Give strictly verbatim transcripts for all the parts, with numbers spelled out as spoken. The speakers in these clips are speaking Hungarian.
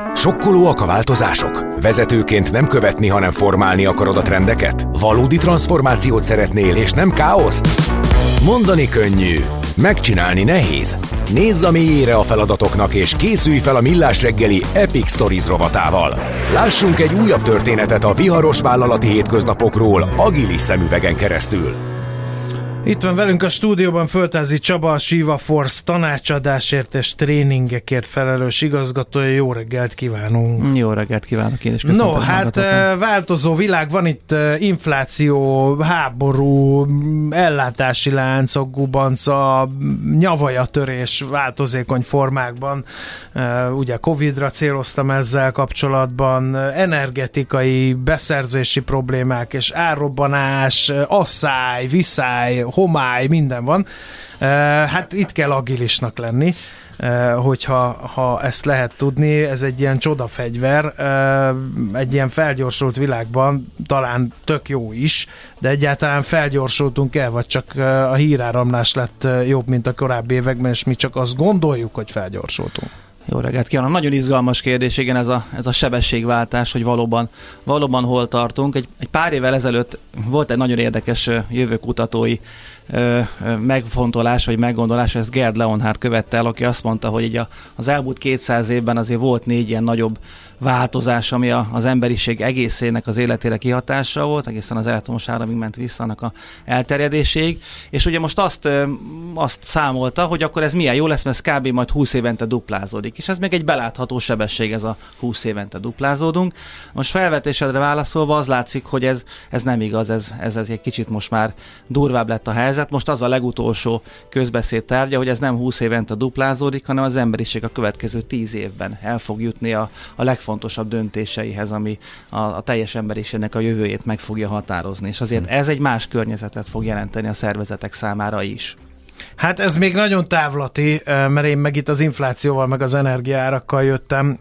Sokkolóak a változások? Vezetőként nem követni, hanem formálni akarod a trendeket? Valódi transformációt szeretnél, és nem káoszt? Mondani könnyű, megcsinálni nehéz. Nézz a mélyére a feladatoknak, és készülj fel a Millás reggeli Epic Stories rovatával. Lássunk egy újabb történetet a viharos vállalati hétköznapokról agilis szemüvegen keresztül. Itt van velünk a stúdióban Földházy Csaba, a Shiva Force tanácsadásért és tréningekért felelős igazgatója. Jó reggelt kívánunk! Jó reggelt kívánok én is, köszöntöm. No, hát változó világ van, itt infláció, háború, ellátási láncok, gubanca, nyavajatörés változékony formákban. Ugye Covidra céloztam ezzel kapcsolatban, energetikai, beszerzési problémák és árrobbanás, asszály, viszály, homály, minden van. Hát itt kell agilisnak lenni, hogyha ha ezt lehet tudni. Ez egy ilyen csodafegyver, egy ilyen felgyorsult világban talán tök jó is, de egyáltalán felgyorsultunk el, vagy csak a híráramlás lett jobb, mint a korábbi években, és mi csak azt gondoljuk, hogy felgyorsultunk. Jó reggelt kívánok! Nagyon izgalmas kérdés, igen, ez a, ez a sebességváltás, hogy valóban, valóban hol tartunk. Egy, egy pár évvel ezelőtt volt egy nagyon érdekes jövőkutatói ö, ö, megfontolás, vagy meggondolás, ezt Gerd Leonhard követte el, aki azt mondta, hogy így a, az elmúlt kétszáz évben azért volt négy ilyen nagyobb változás, ami a, az emberiség egészének az életére kihatással volt, egészen az elektromos áramig ment vissza annak a elterjedéséig, és ugye most azt, azt számolta, hogy akkor ez milyen jó lesz, mert ez kb. Majd húsz évente duplázódik, és ez még egy belátható sebesség, ez a húsz évente duplázódunk. Most felvetésedre válaszolva az látszik, hogy ez, ez nem igaz, ez, ez, ez egy kicsit most már durvább lett a helyzet. Most az a legutolsó közbeszéd tárgya, hogy ez nem húsz évente duplázódik, hanem az emberiség a következő tíz évben el fog jutni a, a legfontosabb döntéseihez, ami a, a teljes emberiségnek a jövőjét meg fogja határozni, és azért ez egy más környezetet fog jelenteni a szervezetek számára is. Hát ez még nagyon távlati, mert én meg itt az inflációval, meg az energiaárakkal jöttem.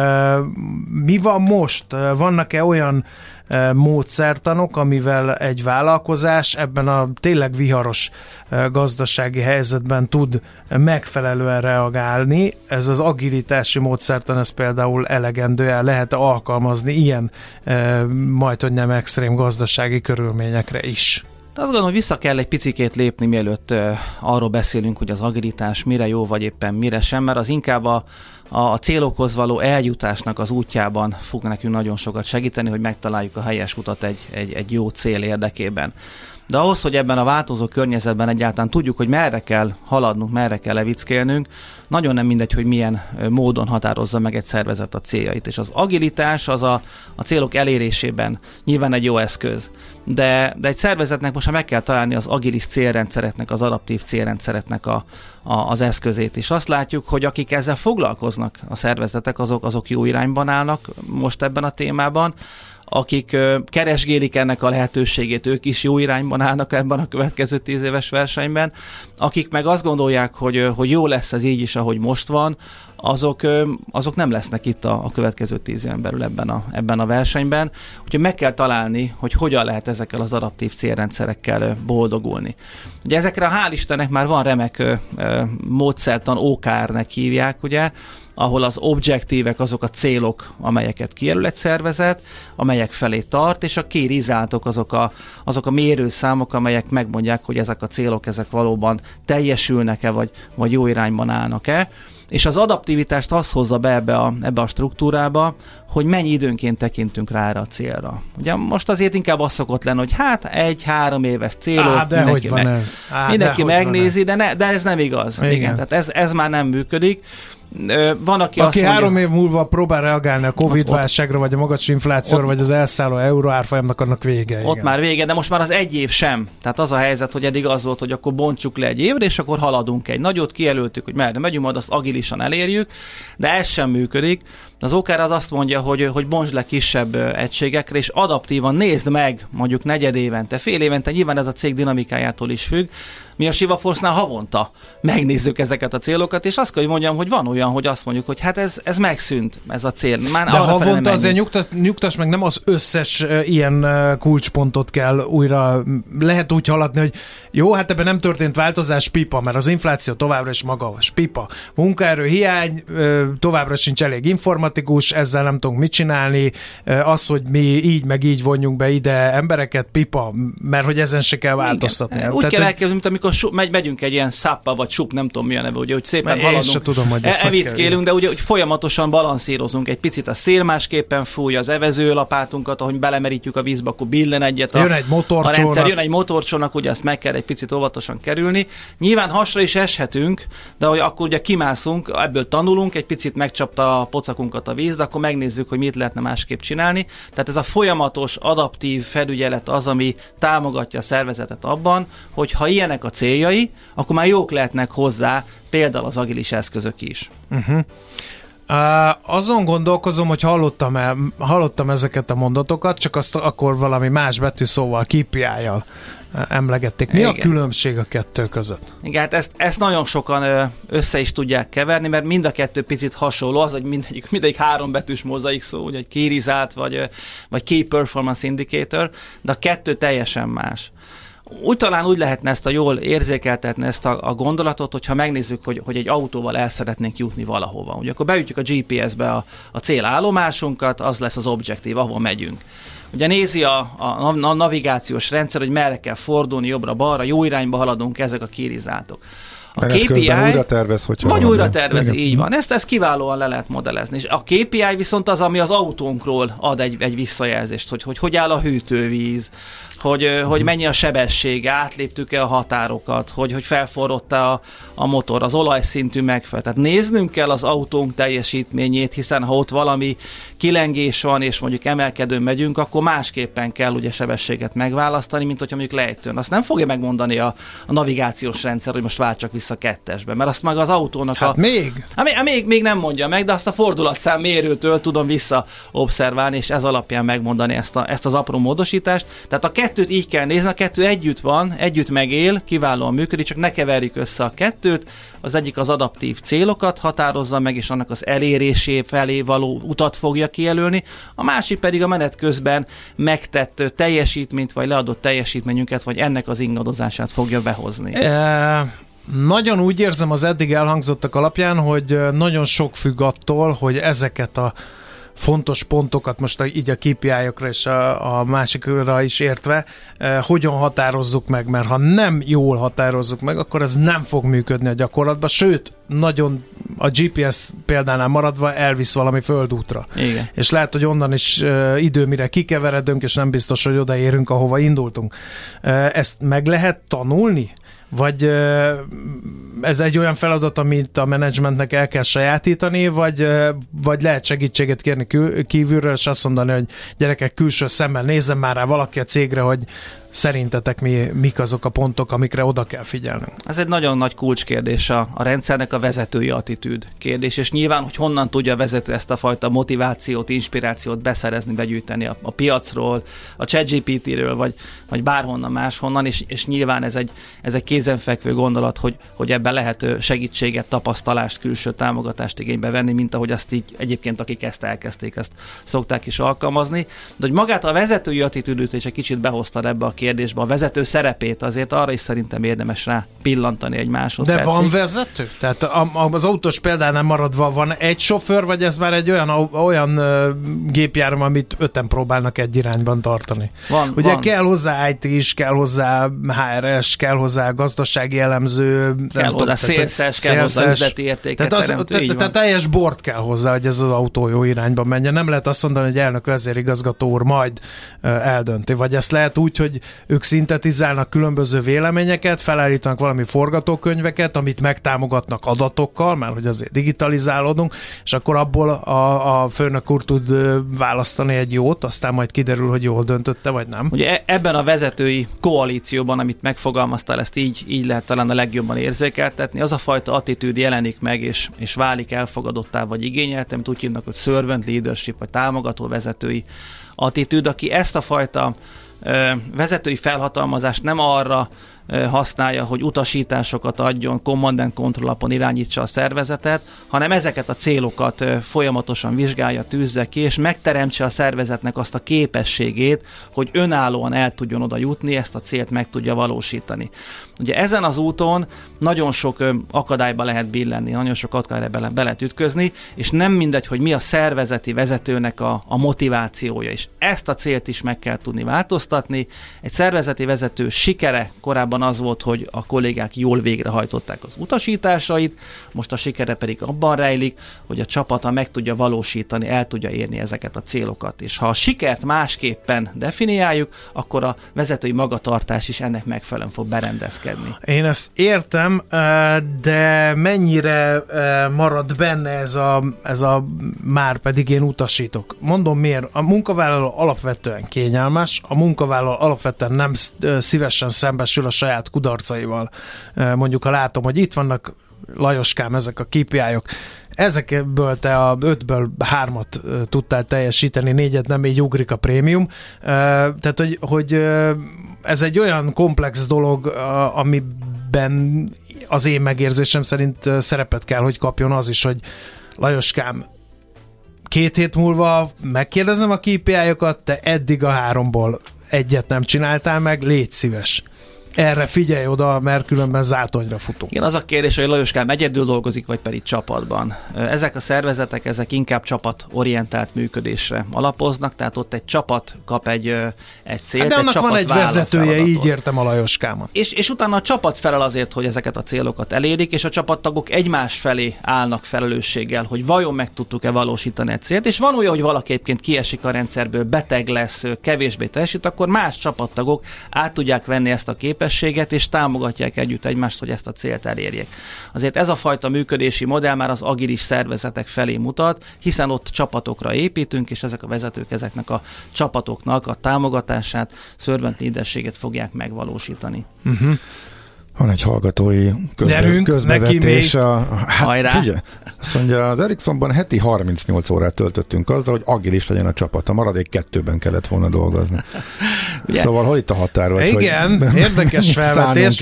Mi van most? Vannak-e olyan módszertanok, amivel egy vállalkozás ebben a tényleg viharos gazdasági helyzetben tud megfelelően reagálni? Ez az agilitási módszertan, ez például elegendő, el lehet alkalmazni ilyen majdhogy nem extrém gazdasági körülményekre is? De azt gondolom, hogy vissza kell egy picikét lépni, mielőtt uh, arról beszélünk, hogy az agilitás mire jó, vagy éppen mire sem, mert az inkább a, a célokhoz való eljutásnak az útjában fog nekünk nagyon sokat segíteni, hogy megtaláljuk a helyes utat egy, egy, egy jó cél érdekében. De ahhoz, hogy ebben a változó környezetben egyáltalán tudjuk, hogy merre kell haladnunk, merre kell levickélnünk, nagyon nem mindegy, hogy milyen módon határozza meg egy szervezet a céljait. És az agilitás az a, a célok elérésében nyilván egy jó eszköz. De, de egy szervezetnek most meg kell találni az agilis célrendszereknek, az adaptív célrendszereknek a, a, az eszközét is. Azt látjuk, hogy akik ezzel foglalkoznak, a szervezetek, azok, azok jó irányban állnak most ebben a témában. Akik ö, keresgélik ennek a lehetőségét, ők is jó irányban állnak ebben a következő tíz éves versenyben. Akik meg azt gondolják, hogy, ö, hogy jó lesz ez így is, ahogy most van, azok, ö, azok nem lesznek itt a, a következő tíz éven belül ebben a, ebben a versenyben. Úgyhogy meg kell találni, hogy hogyan lehet ezekkel az adaptív célrendszerekkel ö, boldogulni. Ugye ezekre hál' Istennek már van remek ö, ö, módszertan, ó ká er-nek hívják, ugye, ahol az objektívek azok a célok, amelyeket kijelöl egy szervezet, amelyek felé tart, és a key resultok azok a, azok a mérőszámok, amelyek megmondják, hogy ezek a célok ezek valóban teljesülnek-e, vagy, vagy jó irányban állnak-e. És az adaptivitást azt hozza be ebbe a, ebbe a struktúrába, hogy mennyi időnként tekintünk rá erre a célra. Ugye most azért inkább az szokott lenni, hogy hát egy-három éves célok, Á, de mindenki, hogy van meg, ez? Á, mindenki de megnézi, de, ne, de ez nem igaz. Igen. Igen, tehát ez, ez már nem működik. Van, aki, aki azt három mondja, év múlva próbál reagálni a Covid-válságra, vagy a magas inflációra, ott, vagy az elszálló euró árfolyamnak, annak vége. Ott igen. már vége, de most már az egy év sem. Tehát az a helyzet, hogy eddig az volt, hogy akkor bontsuk le egy évre, és akkor haladunk egy nagyot, kijelöltük, hogy merre megyünk, majd azt agilisan elérjük, de ez sem működik. Az ó ká er az azt mondja, hogy, hogy bontsd le kisebb egységekre, és adaptívan nézd meg, mondjuk negyed évente, fél évente, nyilván ez a cég dinamikájától is függ, Mi a Shiva Force-nál havonta megnézzük ezeket a célokat, és azt kell, hogy mondjam, hogy van olyan, hogy azt mondjuk, hogy hát ez, ez megszűnt, ez a cél. Már de havonta azért nyugtat, nyugtass meg, nem az összes uh, ilyen uh, kulcspontot kell újra, lehet úgy haladni, hogy jó, hát ebben nem történt változás, pipa, mert az infláció továbbra is magas, pipa. Munkaerő hiány, uh, továbbra sincs elég informatikus, ezzel nem tudunk mit csinálni, uh, az, hogy mi így meg így vonjunk be ide embereket, pipa, mert hogy ezen se kell változtatni. Igen. Úgy Tehát, kell elképzelni, mint amikor su- megy, megyünk egy ilyen száppa vagy sup, nem tudom mi a neve, ugye, hogy szépen haladunk, tudom, hogy e- evickélünk, de ugye hogy folyamatosan balanszírozunk, egy picit a szél másképpen fúj, az evezőlapátunkat, ahogy belemerítjük a vízbe, akkor billen egyet a, jön egy a rendszer, jön egy motorcsónak, ugye ezt meg kell egy picit óvatosan kerülni. Nyilván hasra is eshetünk, de hogy akkor ugye kimászunk, ebből tanulunk, egy picit megcsapta a pocakunkat a víz, de akkor megnézzük, hogy mit lehetne másképp csinálni. Tehát ez a folyamatos, adaptív felügyelet az, ami támogatja a szervezetet abban, hogy ha ilyenek a céljai, akkor már jók lehetnek hozzá például az agilis eszközök is. Uh-huh. Uh, azon gondolkozom, hogy hallottam, el, hallottam ezeket a mondatokat, csak azt akkor valami más betűszóval, ká pé í-jal emlegették. Mi Igen. a különbség a kettő között? Igen, hát ezt, ezt nagyon sokan össze is tudják keverni, mert mind a kettő picit hasonló, az, hogy mindegyik, mindegyik három betűs mozaik szó, ugye egy key result, vagy, vagy key performance indicator, de a kettő teljesen más. Úgy talán úgy lehetne ezt a jól érzékeltetni, ezt a, a gondolatot, hogyha megnézzük, hogy, hogy egy autóval el szeretnénk jutni valahova. Ugye akkor beütjük a gé pé es-be a, a célállomásunkat, az lesz az objektív, ahol megyünk. Ugye nézi a, a, a navigációs rendszer, hogy merre kell fordulni, jobbra-balra, jó irányba haladunk, ezek a kirizátok. A ká pé í újra tervez, hogyha vagy újra tervez, így van. Ezt, ezt kiválóan le lehet modellezni. És a ká pé í viszont az, ami az autónkról ad egy, egy visszajelzést, hogy, hogy hogy áll a hűtővíz, hogy, hogy mennyi a sebessége, átléptük-e a határokat, hogy, hogy felforrott-e a, a motor, az olajszintű megfelelő. Tehát néznünk kell az autónk teljesítményét, hiszen ha ott valami kilengés van, és mondjuk emelkedőn megyünk, akkor másképpen kell ugye sebességet megválasztani, mint hogyha mondjuk lejtőn. Azt nem fogja megmondani a, a navigációs rendszer, hogy most váltsak vissza kettesbe, mert azt meg az autónak hát a... még? Hát még, még nem mondja meg, de azt a fordulatszám mérőtől tudom visszaobszerválni, és ez alapján megmondani ezt, a, ezt az apró módosítást. Tehát a kettőt így kell nézni, a kettő együtt van, együtt megél, kiválóan működik, csak ne keverjük össze a kettőt. Az egyik az adaptív célokat határozza meg, és annak az elérésé felé való utat fogja kijelölni, a másik pedig a menet közben megtett teljesítményt, vagy leadott teljesítményünket, vagy ennek az ingadozását fogja behozni. E- Nagyon úgy érzem az eddig elhangzottak alapján, hogy nagyon sok függ attól, hogy ezeket a fontos pontokat, most így a ká pé í-okra és a, a másikra is értve, eh, hogyan határozzuk meg, mert ha nem jól határozzuk meg, akkor ez nem fog működni a gyakorlatban, sőt, nagyon a gé pé es példánál maradva elvisz valami földútra. Igen. És lehet, hogy onnan is eh, idő, mire kikeveredünk, és nem biztos, hogy odaérünk, ahova indultunk. Eh, ezt meg lehet tanulni? Vagy ez egy olyan feladat, amit a menedzsmentnek el kell sajátítani, vagy, vagy lehet segítséget kérni kívülről, és azt mondani, hogy gyerekek, külső szemmel nézzen már rá valaki a cégre, hogy szerintetek mi, mik azok a pontok, amikre oda kell figyelnünk? Ez egy nagyon nagy kulcskérdés a, a rendszernek, a vezetői attitűd kérdés, és nyilván, hogy honnan tudja a vezető ezt a fajta motivációt, inspirációt beszerezni, begyűjteni a, a piacról, a ChatGPT-ről, vagy, vagy bárhonnan máshonnan, és, és nyilván ez egy, ez egy kézenfekvő gondolat, hogy, hogy ebben lehet segítséget, tapasztalást, külső támogatást igénybe venni, mint ahogy azt így egyébként, akik ezt elkezdték, ezt szokták is alkalmazni. De hogy magát a vezetői attitűdöt is egy kicsit behoztad ebbe a kérdésbe, a vezető szerepét, azért arra is szerintem érdemes rá pillantani egy másodpercig. De van vezető? Tehát az autós példánál maradva van egy sofőr, vagy ez már egy olyan, olyan gépjármű, amit öten próbálnak egy irányban tartani? Van, Ugye van. kell hozzá í té is, kell hozzá há er es, kell hozzá gazdasági elemző, kell hozzá szélszes, kell hozzá üzleti értéket tehát teremtő, te, te, teljes bort kell hozzá, hogy ez az autó jó irányba menjen. Nem lehet azt mondani, hogy elnök vezérigazgató úr majd eldönti. Vagy ezt lehet úgy, hogy ők szintetizálnak különböző véleményeket, felállítanak valami forgatókönyveket, amit megtámogatnak adatokkal, mert hogy azért digitalizálódunk, és akkor abból a, a főnök úr tud választani egy jót, aztán majd kiderül, hogy jól döntötte, vagy nem. Ugye ebben a vezetői koalícióban, amit megfogalmaztál, ezt így, így lehet talán a legjobban érzékeltetni, az a fajta attitűd jelenik meg, és, és válik elfogadottá, vagy igényeltem, úgy hívnak, hogy servant leadership, vagy támogató vezetői attitűd, aki ezt a fajta ö, vezetői felhatalmazást nem arra használja, hogy utasításokat adjon, command and control alapon irányítsa a szervezetet, hanem ezeket a célokat folyamatosan vizsgálja, tűzze ki, és megteremtse a szervezetnek azt a képességét, hogy önállóan el tudjon oda jutni, ezt a célt meg tudja valósítani. Ugye ezen az úton nagyon sok akadályba lehet billenni, nagyon sok akadályba bele, be lehet ütközni, és nem mindegy, hogy mi a szervezeti vezetőnek a, a motivációja, és ezt a célt is meg kell tudni változtatni. Egy szervezeti vezető sikere korábban az volt, hogy a kollégák jól végrehajtották az utasításait, most a sikere pedig abban rejlik, hogy a csapata meg tudja valósítani, el tudja érni ezeket a célokat. És ha a sikert másképpen definiáljuk, akkor a vezetői magatartás is ennek megfelelően fog berendezkedni. Én ezt értem, de mennyire marad benne ez a, ez a már pedig én utasítok. Mondom miért. A munkavállaló alapvetően kényelmes, a munkavállaló alapvetően nem szívesen szembesül a saját kudarcaival. Mondjuk, ha látom, hogy itt vannak, Lajoskám, ezek a ká pé í-ok, ezekből te a ötből hármat tudtál teljesíteni, négyet nem, így ugrik a prémium. Tehát, hogy, hogy ez egy olyan komplex dolog, amiben az én megérzésem szerint szerepet kell, hogy kapjon az is, hogy Lajoskám, két hét múlva megkérdezem a ká pé í-okat, te eddig a háromból egyet nem csináltál meg, légy szíves. Erre figyelj oda, mert különben zátonyra futunk. Igen, az a kérdés, hogy Lajoskám egyedül dolgozik, vagy pedig csapatban. Ezek a szervezetek, ezek inkább csapatorientált működésre alapoznak, tehát ott egy csapat kap egy, egy célt, hát de annak egy van egy vezetője, így értem a Lajoskámat. És, és utána a csapat felel azért, hogy ezeket a célokat elérik, és a csapattagok egymás felé állnak felelősséggel, hogy vajon meg tudtuk-e valósítani egy célt, és van olyan, hogy valaki egyébként kiesik a rendszerből, beteg lesz, kevésbé teljesít, akkor más csapattagok át tudják venni ezt a képességet, és támogatják együtt egymást, hogy ezt a célt elérjék. Azért ez a fajta működési modell már az agilis szervezetek felé mutat, hiszen ott csapatokra építünk, és ezek a vezetők ezeknek a csapatoknak a támogatását, servant leaderséget fogják megvalósítani. Uh-huh. Van egy hallgatói közbe, Gyerünk, közbevetés. A, hát figyelj, azt mondja, az Ericssonban heti harmincnyolc órát töltöttünk azzal, hogy agilis legyen a csapat. A maradék kettőben kellett volna dolgozni. Ugye? Szóval hol itt a határ? Vagy, igen, hogy érdekes felvetés.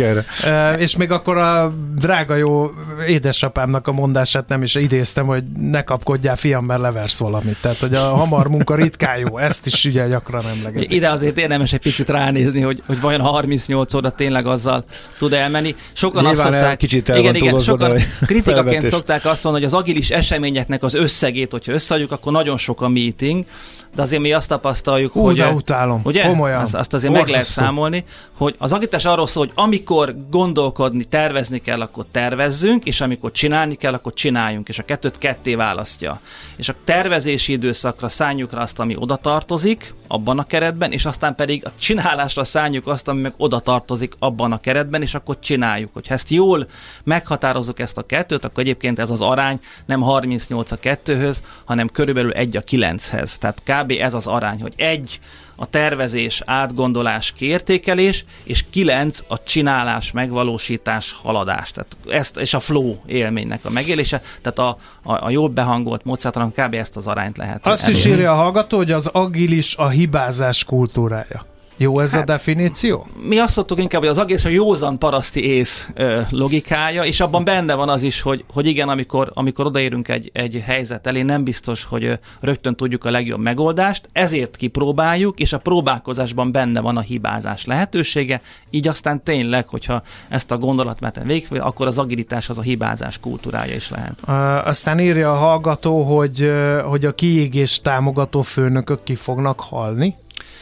És még akkor a drága jó édesapámnak a mondását nem is idéztem, hogy ne kapkodjál, fiam, mert leversz valamit. Tehát, hogy a hamar munka ritkán jó. Ezt is ugye gyakran emlegetik. Ide azért érdemes egy picit ránézni, hogy, hogy vajon harmincnyolc óra tényleg azzal tud elmenni. Sokan Nyilván azt szokták, kicsit el igen, igen, sokan kritikaként felvetés. szokták azt mondani, hogy az agilis eseményeknek az összegét, hogyha összeadjuk, akkor nagyon sok a meeting, de azért mi azt tapasztaljuk, Hú, hogy... de utálom, ugye? komolyan. Azt, azt azért meg lehet számolni, hogy az agilitás arról szól, hogy amikor gondolkodni, tervezni kell, akkor tervezzünk, és amikor csinálni kell, akkor csináljunk, és a kettőt ketté választja. És a tervezési időszakra szánjuk rá azt, ami oda tartozik, abban a keretben, és aztán pedig a csinálásra szánjuk azt, ami meg oda tartozik abban a keretben, és akkor csináljuk. Hogyha ezt jól meghatározzuk ezt a kettőt, akkor egyébként ez az arány nem harmincnyolc a kettőhöz, hanem körülbelül egy a kilenchez. Tehát kb. Ez az arány, hogy egy a tervezés, átgondolás, kiértékelés, és kilenc a csinálás, megvalósítás, haladás. Tehát ezt, és a flow élménynek a megélése, tehát a, a, a jól behangolt módszertanon kb. Ezt az arányt lehet. Azt elérni. Is írja a hallgató, hogy az agilis a hibázás kultúrája. Jó ez hát, a definíció? Mi azt szoktuk inkább, hogy az agilis a józan paraszti ész ö, logikája, és abban benne van az is, hogy, hogy igen, amikor, amikor odaérünk egy, egy helyzet elé, nem biztos, hogy ö, rögtön tudjuk a legjobb megoldást, ezért kipróbáljuk, és a próbálkozásban benne van a hibázás lehetősége, így aztán tényleg, hogyha ezt a gondolatmenetet végig, akkor az agilitás az a hibázás kultúrája is lehet. Uh, aztán írja a hallgató, hogy, uh, hogy a kiégés támogató főnökök ki fognak halni.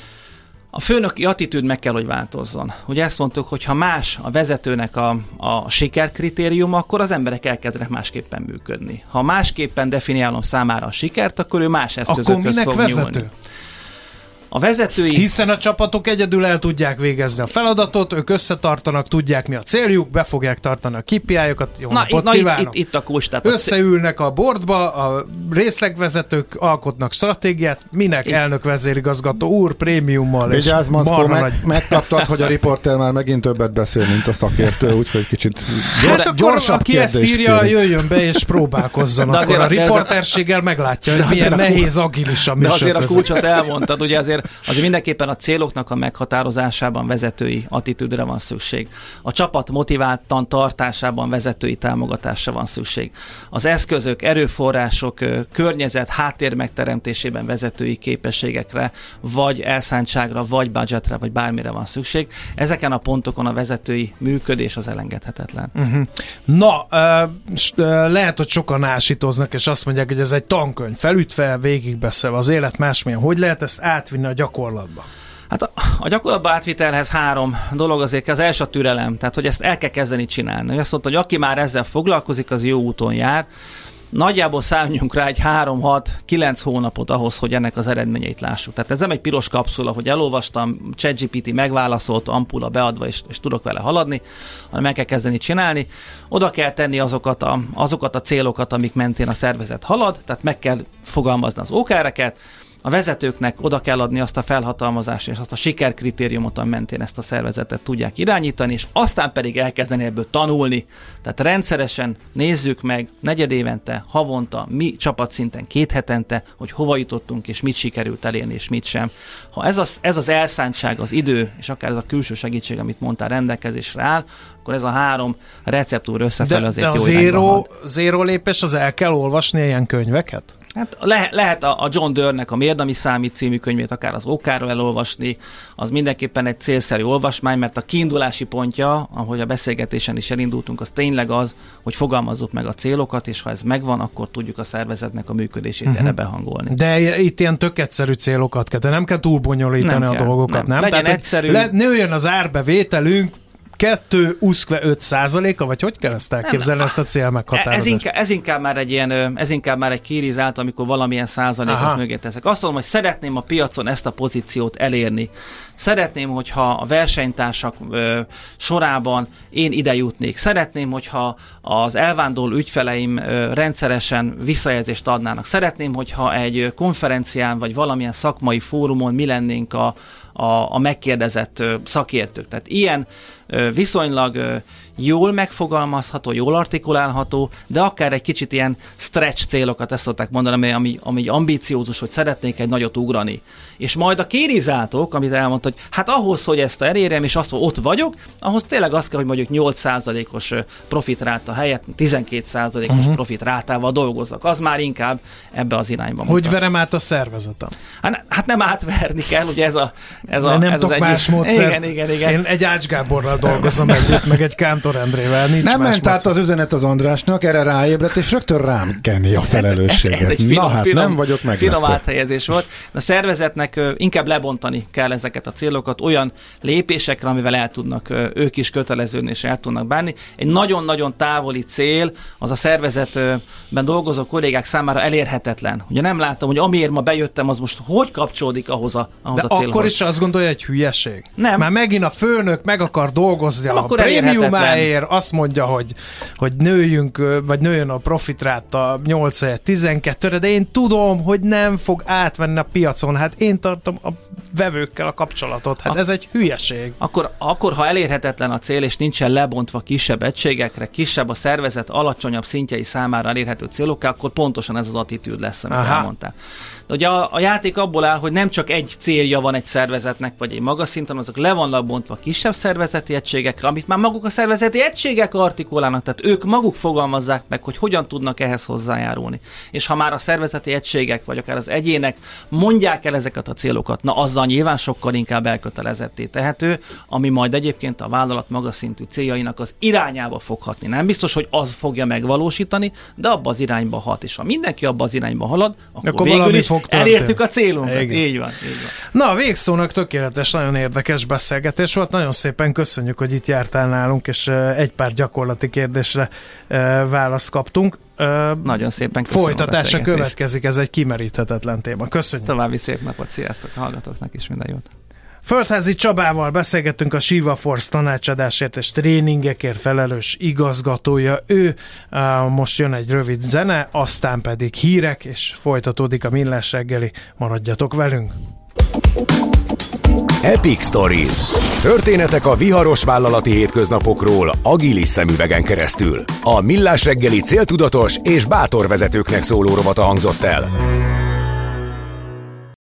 A főnöki attitűd meg kell, hogy változzon. Ugye ezt mondtuk, hogy ha más a vezetőnek a, a sikerkritérium, akkor az emberek elkezdenek másképpen működni. Ha másképpen definiálom számára a sikert, akkor ő más eszközökhöz fog vezető? nyúlni. A vezetői... Hiszen a csapatok egyedül el tudják végezni a feladatot, ők összetartanak, tudják mi a céljuk, be fogják tartani a ká pé í-okat, jó na, napot na, kívánok! Itt, itt a kulcs. Tehát összeülnek a boardba, a részlegvezetők alkotnak stratégiát, minek itt... elnök vezérigazgató úr, prémiummal Vigyázz, és Mackó, meg, nagy... megkaptad, hogy a riporter már megint többet beszél, mint a szakértő, úgyhogy kicsit gyors, hát akkor, aki ezt írja, kérünk. Jöjjön be és próbálkozzon. De akkor a riporterséggel meglátja, hogy milyen nehéz agilis a műsor. De azért a kulcsot elmondtad, ugye azért azért, azért mindenképpen a céloknak a meghatározásában vezetői attitűdre van szükség. A csapat motiváltan tartásában vezetői támogatásra van szükség. Az eszközök, erőforrások, környezet, háttér megteremtésében vezetői képességekre, vagy elszántságra, vagy budgetre, vagy bármire van szükség. Ezeken a pontokon a vezetői működés az elengedhetetlen. Uh-huh. Na, uh, lehet, hogy sokan ásítoznak, és azt mondják, hogy ez egy tankönyv, felütve, végigbeszélve az élet másmilyen. Hogy lehet ezt átvinni a gyakorlatba? Hát a, a gyakorlatba átvitelhez három dolog azért, az első a türelem, tehát hogy ezt el kell kezdeni csinálni. Azt mondta, hogy aki már ezzel foglalkozik, az jó úton jár. Nagyjából számjunk rá egy három hat kilenc hónapot ahhoz, hogy ennek az eredményeit lássuk. Tehát ez nem egy piros kapszula, hogy elolvastam, ChatGPT megválaszolt, ampula beadva, és, és tudok vele haladni, hanem meg kell kezdeni csinálni. Oda kell tenni azokat a, azokat a célokat, amik mentén a szervezet halad, tehát meg kell fogalmazni az ó ká er-eket, a vezetőknek oda kell adni azt a felhatalmazást és azt a sikerkritériumot, ami mentén ezt a szervezetet tudják irányítani, és aztán pedig elkezdeni ebből tanulni. Tehát rendszeresen nézzük meg negyedévente, havonta, mi csapatszinten, két hetente, hogy hova jutottunk, és mit sikerült elérni, és mit sem. Ha ez az, ez az elszántság, az idő, és akár ez a külső segítség, amit mondtál, rendelkezésre áll, akkor ez a három receptúr összefelé azért de jó irányba halad. De a zéró lépés, az el kell olvasni ilyen könyveket? Hát le, lehet a, a John Doerrnek a Miért, ami számít című könyvét akár az ó ká-ról elolvasni, az mindenképpen egy célszerű olvasmány, mert a kiindulási pontja, ahogy a beszélgetésen is elindultunk, az tényleg az, hogy fogalmazzuk meg a célokat, és ha ez megvan, akkor tudjuk a szervezetnek a működését uh-huh. erre behangolni. De itt ilyen tök egyszerű célokat kell, de nem kell túl bonyolítani nem a kell, dolgokat, nem? nem? Legyen Tehát, egyszerű. Le, nőjön az árbevételünk, kettő uszkve öt százaléka, vagy hogy kell ezt elképzelni, nem, ezt a célmeghatározást? Ez inkább, ez inkább már egy ilyen, ez inkább már egy kirizált, amikor valamilyen százalékot mögé teszek. Azt mondom, hogy szeretném a piacon ezt a pozíciót elérni. Szeretném, hogyha a versenytársak ö, sorában én ide jutnék. Szeretném, hogyha az elvándorló ügyfeleim ö, rendszeresen visszajelzést adnának. Szeretném, hogyha egy konferencián, vagy valamilyen szakmai fórumon mi lennénk a, a, a megkérdezett ö, szakértők. Tehát ilyen ö, viszonylag ö, jól megfogalmazható, jól artikulálható, de akár egy kicsit ilyen stretch célokat, ezt szokták mondani, ami, ami ambiciózus, hogy szeretnék egy nagyot ugrani. És majd a kérizáltók, amit elmondta, hogy hát ahhoz, hogy ezt elérjem, és azt, hogy ott vagyok, ahhoz tényleg az kell, hogy mondjuk nyolc százalékos profitráta helyett tizenkét százalékos uh-huh. profitrátával dolgozzak. Az már inkább ebbe az irányba mutat. Hogy verem át a szervezetem? Hát, hát nem átverni kell, ugye ez a... Ez a nem ez tudok az más egy... módszer. Igen, igen, igen. Én egy Ács Gáborral dolgozom együtt, meg egy Kántor Endrével. Nincs nem ment módszer. át az üzenet az Andrásnak, erre ráébredt, és rögtön rám kenni a felelősséget. Ez, ez egy finom, Na hát finom, nem vagyok meglepve. Finom áthelyezés volt. A szervezetnek ö, inkább lebontani kell ezeket a célokat olyan lépésekre, amivel el tudnak ö, ők is köteleződni, és el tudnak bánni. Egy nagyon-nagyon távoli cél az a szervezetben dolgozó kollégák számára elérhetetlen. Ugye nem látom, hogy amiért ma bejöttem, az most hogy kapcsolódik ahhoz a, ahhoz de a célhoz. akkor is azt gondolja, hogy hülyeség. Nem. Már megint a főnök meg akar dolgozni nem, a prémiumáért, azt mondja, hogy, hogy nőjünk, vagy nőjön a profitráta nyolc tizenkettőre, de én tudom, hogy nem fog átmenni a piacon. Hát én tartom a vevőkkel a kapcsolatot. Hát a, ez egy hülyeség. Akkor, akkor, ha elérhetetlen a cél, és nincsen lebontva kisebb egységekre, kisebb a szervezet alacsonyabb szintjei számára elérhető célokká, akkor pontosan ez az attitűd lesz, amit Aha. elmondtál. De ugye a, a játék abból áll, hogy nem csak egy célja van egy szervezetnek, vagy egy magas szinten, azok le vannak bontva kisebb szervezeti egységekre, amit már maguk a szervezeti egységek artikulálnak, tehát ők maguk fogalmazzák meg, hogy hogyan tudnak ehhez hozzájárulni. És ha már a szervezeti egységek, vagy akár az egyének mondják el ezeket a célokat, na azzal nyilván sokkal inkább elkötelezetté tehető, ami majd egyébként a vállalat magas szintű céljainak az irányába fog hatni. Nem biztos, hogy az fogja megvalósítani, de abba az irányba hat. És ha mindenki abba az irányba halad, akkor, akkor végül is elértük a célunkat. Így van, így van. Na, végszónak tökéletes, nagyon érdekes beszélgetés volt. Nagyon szépen köszönjük, hogy itt jártál nálunk, és egy pár gyakorlati kérdésre választ kaptunk. Nagyon szépen köszönöm. Folytatása következik, ez egy kimeríthetetlen téma. Köszönjük. További szép napot, sziasztok, hallgatóknak is minden jót. Földházi Csabával beszélgettünk, a Shiva Force tanácsadásért és tréningekért felelős igazgatója. Ő most jön egy rövid zene, aztán pedig hírek, és folytatódik a Millás reggeli. Maradjatok velünk! Epic Stories. Történetek a viharos vállalati hétköznapokról agilis szemüvegen keresztül. A Millás reggeli céltudatos és bátor vezetőknek szóló rovata hangzott el.